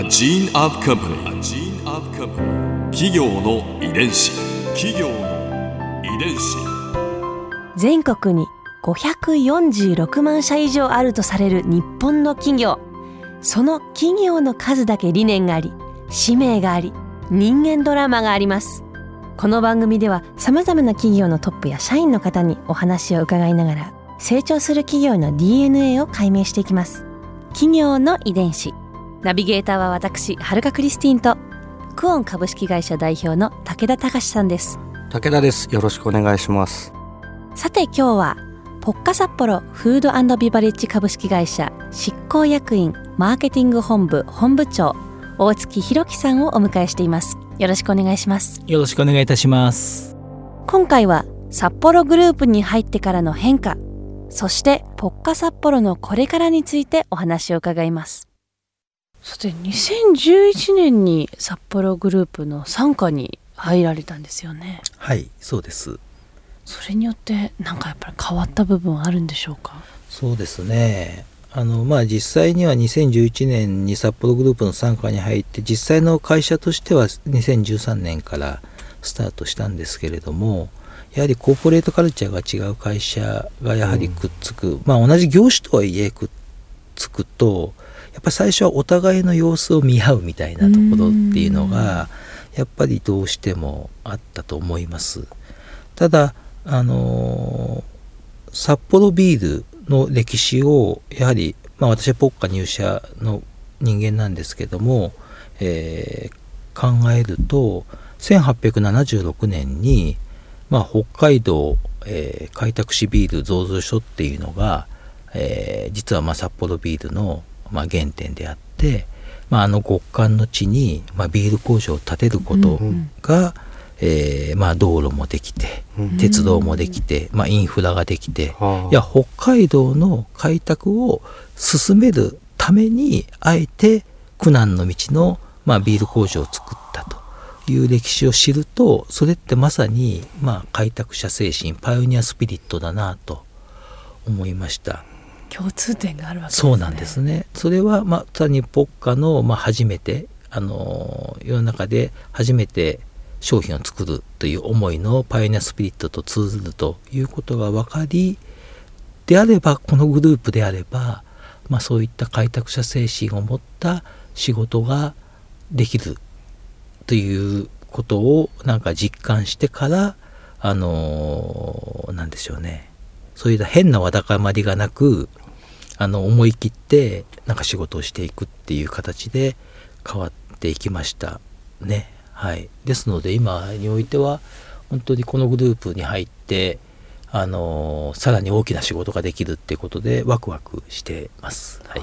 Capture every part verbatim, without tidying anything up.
gene of company. A gene of company. 企業の遺伝子。企業の遺伝子。 全国にごひゃくよんじゅうろくまんしゃ以上あるとされる日本の企業。その企業の数だけ理念があり、使命があり、人間ドラマがあります。この番組では様々な企業のトップや社員の方にお話を伺いながら、成長する企業の ディーエヌエー を解明していきます。企業の遺伝子。ナビゲーターは私、はるかクリスティンとクオン株式会社代表の武田隆さんです。 武田です。よろしくお願いします。 さて今日はポッカ札幌フード&ビバレッジ株式会社執行役員マーケティング本部本部長大月弘樹さんをお迎えしています。よろしくお願いします。 よろしくお願いいたします。 今回は札幌グループに入ってからの変化、そしてポッカ札幌のこれからについてお話を伺います。さてにせんじゅういちねんに札幌グループの傘下に入られたんですよね。 はい、そうです。 それによって何かやっぱり変わった部分はあるんでしょうか？ そうですね。あのまあ実際にはにせんじゅういちねんに札幌グループの傘下に入って、実際の会社としてはにせんじゅうさんねんからスタートしたんですけれども、やはりコーポレートカルチャーが違う会社がやはりくっつく、うん、まあ同じ業種とはいえくっつくと、やっぱり最初はお互いの様子を見合うみたいなところっていうのがやっぱりどうしてもあったと思います。ただあのー、札幌ビールの歴史をやはり、まあ、私はポッカ入社の人間なんですけども、えー、考えるとせんはっぴゃくななじゅうろくねんに、まあ、北海道、えー、開拓市ビール醸造所っていうのが、えー、実はまあ札幌ビールの、まあ、原点であって、まあ、あの極寒の地に、まあ、ビール工場を建てることが、うんえーまあ、道路もできて鉄道もできて、まあ、インフラができて、いや北海道の開拓を進めるためにあえて苦難の道の、まあ、ビール工場を作ったという歴史を知ると、それってまさに、まあ、開拓者精神パイオニアスピリットだなと思いました。 共通点があるわけですね。 そうなんですね。それはまさにポッカの、まあ、初めてあの世の中で初めて商品を作るという思いのパイオニアスピリットと通ずるということが分かり、であればこのグループであれば、まあ、そういった開拓者精神を持った仕事ができるということをなんか実感してから、あのなんでしょうね、そういった変なわだかまりがなく、あの思い切ってなんか仕事をしていくっていう形で変わっていきましたね。はい、ですので今においては本当にこのグループに入って、あのー、さらに大きな仕事ができるっていうことでワクワクしてます。はい、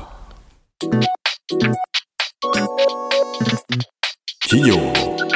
企業の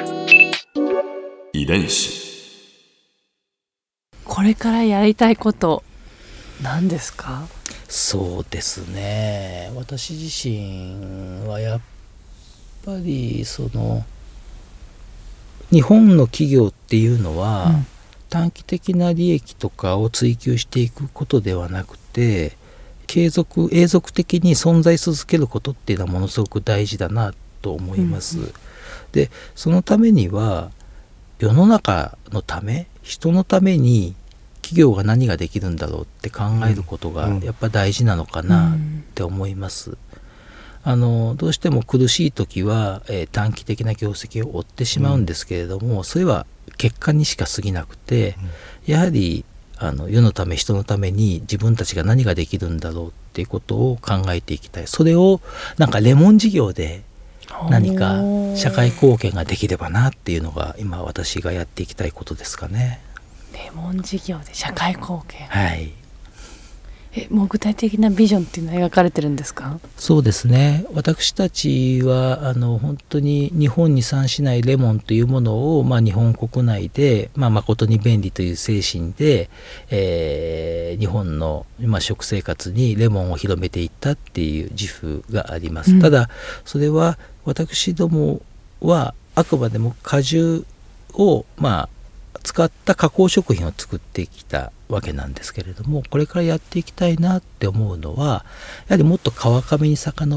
遺伝子。 これからやりたいこと何ですか？ そうですね、私自身はやっぱりその日本の企業っていうのは、うん、短期的な利益とかを追求していくことではなくて、継続永続的に存在し続けることっていうのはものすごく大事だなと思います、うん、でそのためには世の中のため、人のために企業が何ができるんだろうって考えることがやっぱ大事なのかなって思います、うんあのどうしても苦しい時は、えー、短期的な業績を追ってしまうんですけれども、うん、それは結果にしか過ぎなくて、うん、やはりあの世のため人のために自分たちが何ができるんだろうっていうことを考えていきたい。それをなんかレモン事業で何か社会貢献ができればなっていうのが今私がやっていきたいことですかね。 レモン事業で社会貢献、 はい。 えもう具体的なビジョンっていうのは描かれてるんですか？ そうですね、私たちはあの本当に日本に産しないレモンというものを、まあ、日本国内で、まあ、誠に便利という精神で、えー、日本の、まあ、食生活にレモンを広めていったっていう自負があります、うん、ただそれは私どもはあくまでも果汁を、まあ、使った加工食品を作ってきたわけなんですけれども、これからやっていきたいなって思うのは、やはりもっと川上に遡っ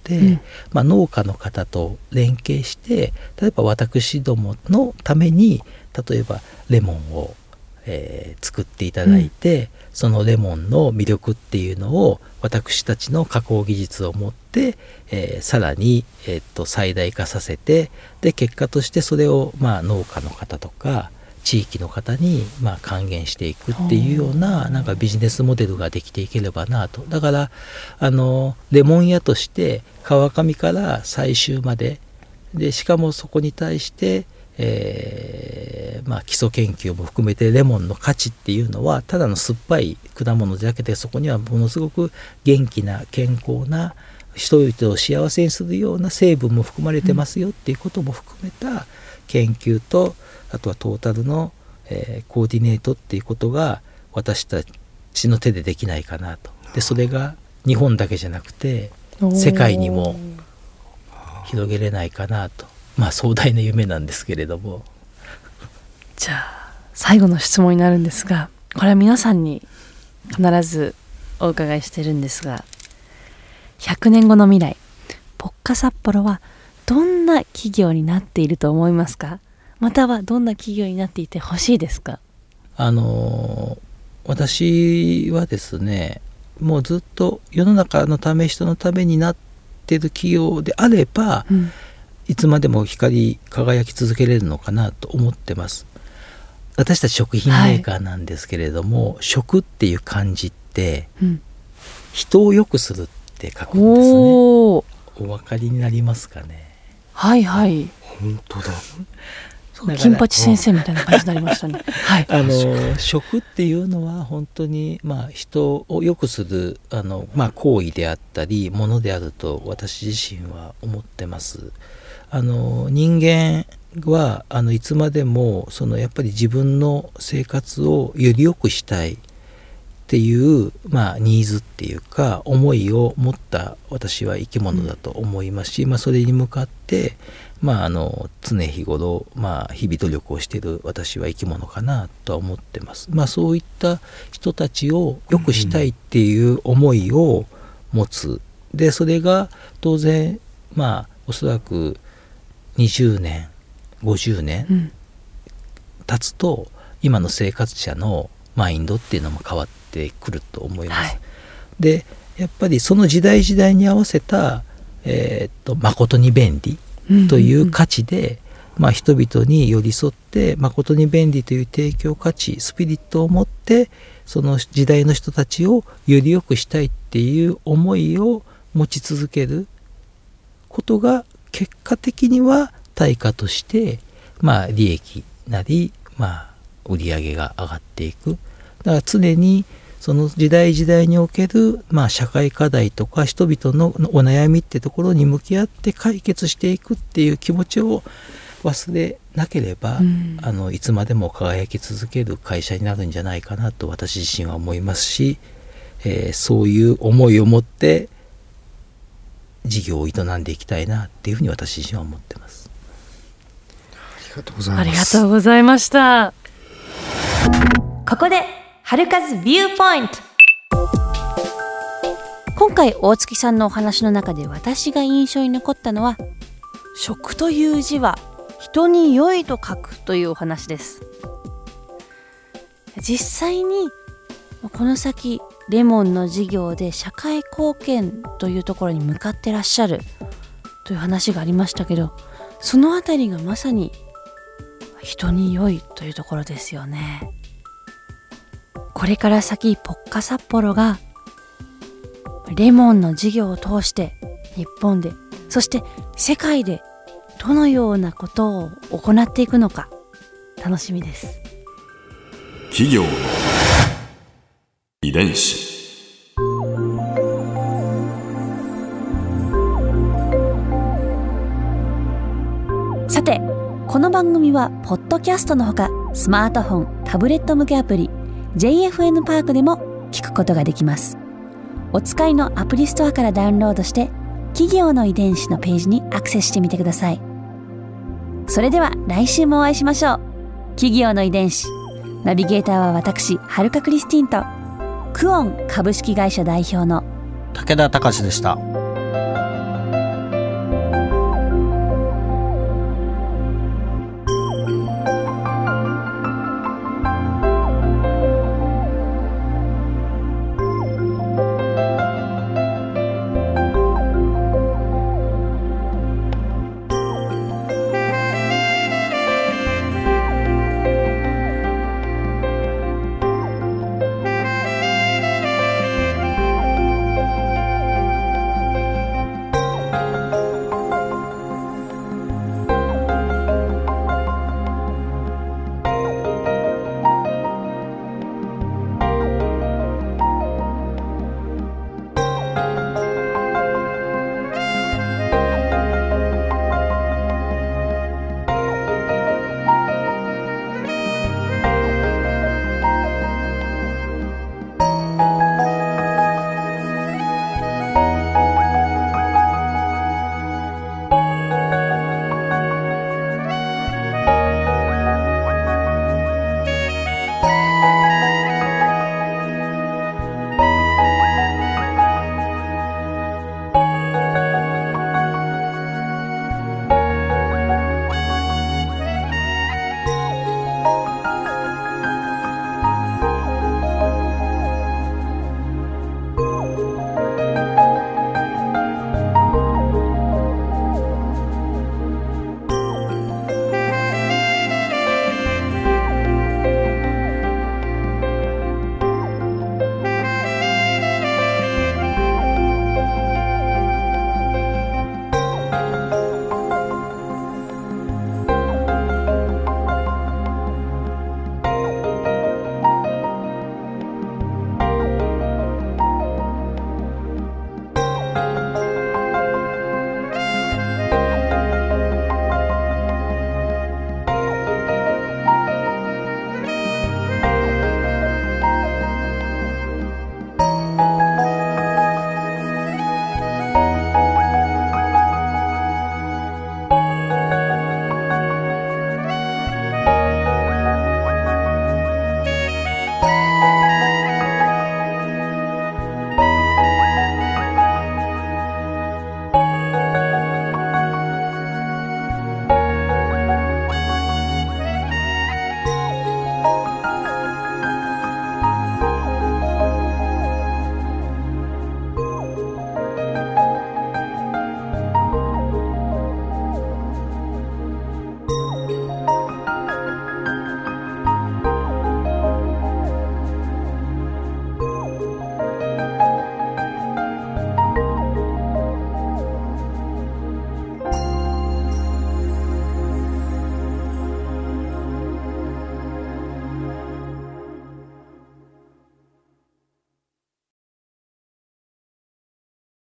で、 うんまあ、農家の方と連携して例えば私どものために例えばレモンを、えー作っていただいて、うん、そのレモンの魅力っていうのを私たちの加工技術を持って、えー、さらに、えー、っと最大化させてで結果としてそれを、まあ、農家の方とか地域の方に、まあ、還元していくっていうようななんかビジネスモデルができていければなと。だからあのレモン屋として川上から採集まででしかもそこに対してえーまあ、基礎研究も含めてレモンの価値っていうのはただの酸っぱい果物じゃなくてそこにはものすごく元気な健康な人々を幸せにするような成分も含まれてますよっていうことも含めた研究とあとはトータルの、えー、コーディネートっていうことが私たちの手でできないかなと。でそれが日本だけじゃなくて世界にも広げれないかなと。まあ壮大な夢なんですけれども。 じゃあ最後の質問になるんですが、これは皆さんに必ずお伺いしてるんですが、ひゃくねんごの未来ポッカ札幌はどんな企業になっていると思いますか？またはどんな企業になっていてほしいですか？ あの私はですねもうずっと世の中のため人のためになっている企業であれば、うん、いつまでも光り輝き続けれるのかなと思ってます。私たち食品メーカーなんですけれども、はい、食っていう漢字って、うん、人を良くするって書くんですね。お, お分かりになりますかね？ はいはい。 本当だ。 金八先生みたいな感じになりましたね。はい、 あの食っていうのは本当に、まあ、人を良くするあの、まあ、行為であったりものであると私自身は思ってます。あの人間はあのいつまでもそのやっぱり自分の生活をより良くしたいっていう、まあ、ニーズっていうか思いを持った私は生き物だと思いますし、うんまあ、それに向かって、まあ、あの常日頃、まあ、日々努力をしている私は生き物かなとは思ってます。まあ、そういった人たちを良くしたいっていう思いを持つ。でそれが当然まあおそらくにじゅうねんごじゅうねん経つと今の生活者のマインドっていうのも変わってくると思います。はい、でやっぱりその時代時代に合わせた、えー、っと誠に便利という価値で、うんうんうんまあ、人々に寄り添って誠に便利という提供価値スピリットを持ってその時代の人たちをより良くしたいっていう思いを持ち続けることが結果的には対価として、まあ、利益なり、まあ、売り上げが上がっていく。だから常にその時代時代における、まあ、社会課題とか人々のお悩みってところに向き合って解決していくっていう気持ちを忘れなければ、うん、あのいつまでも輝き続ける会社になるんじゃないかなと私自身は思いますし、えー、そういう思いを持って事業を営んでいきたいなっていうふうに私自身は思ってます。 ありがとうございます。 ありがとうございました。ここで春風ビューポイント。今回大月さんのお話の中で私が印象に残ったのは食という字は人に良いと書くというお話です。実際にこの先レモンの事業で社会貢献というところに向かってらっしゃるという話がありましたけど、そのあたりがまさに人に良いというところですよね。これから先ポッカ札幌がレモンの事業を通して日本でそして世界でどのようなことを行っていくのか楽しみです。 企業の遺伝子。 さてこの番組はポッドキャストのほかスマートフォン、タブレット向けアプリ ジェイエフエヌ パークでも聞くことができます。お使いのアプリストアからダウンロードして企業の遺伝子のページにアクセスしてみてください。それでは来週もお会いしましょう。企業の遺伝子ナビゲーターは私はるかクリスティンとクオン株式会社代表の武田隆でした。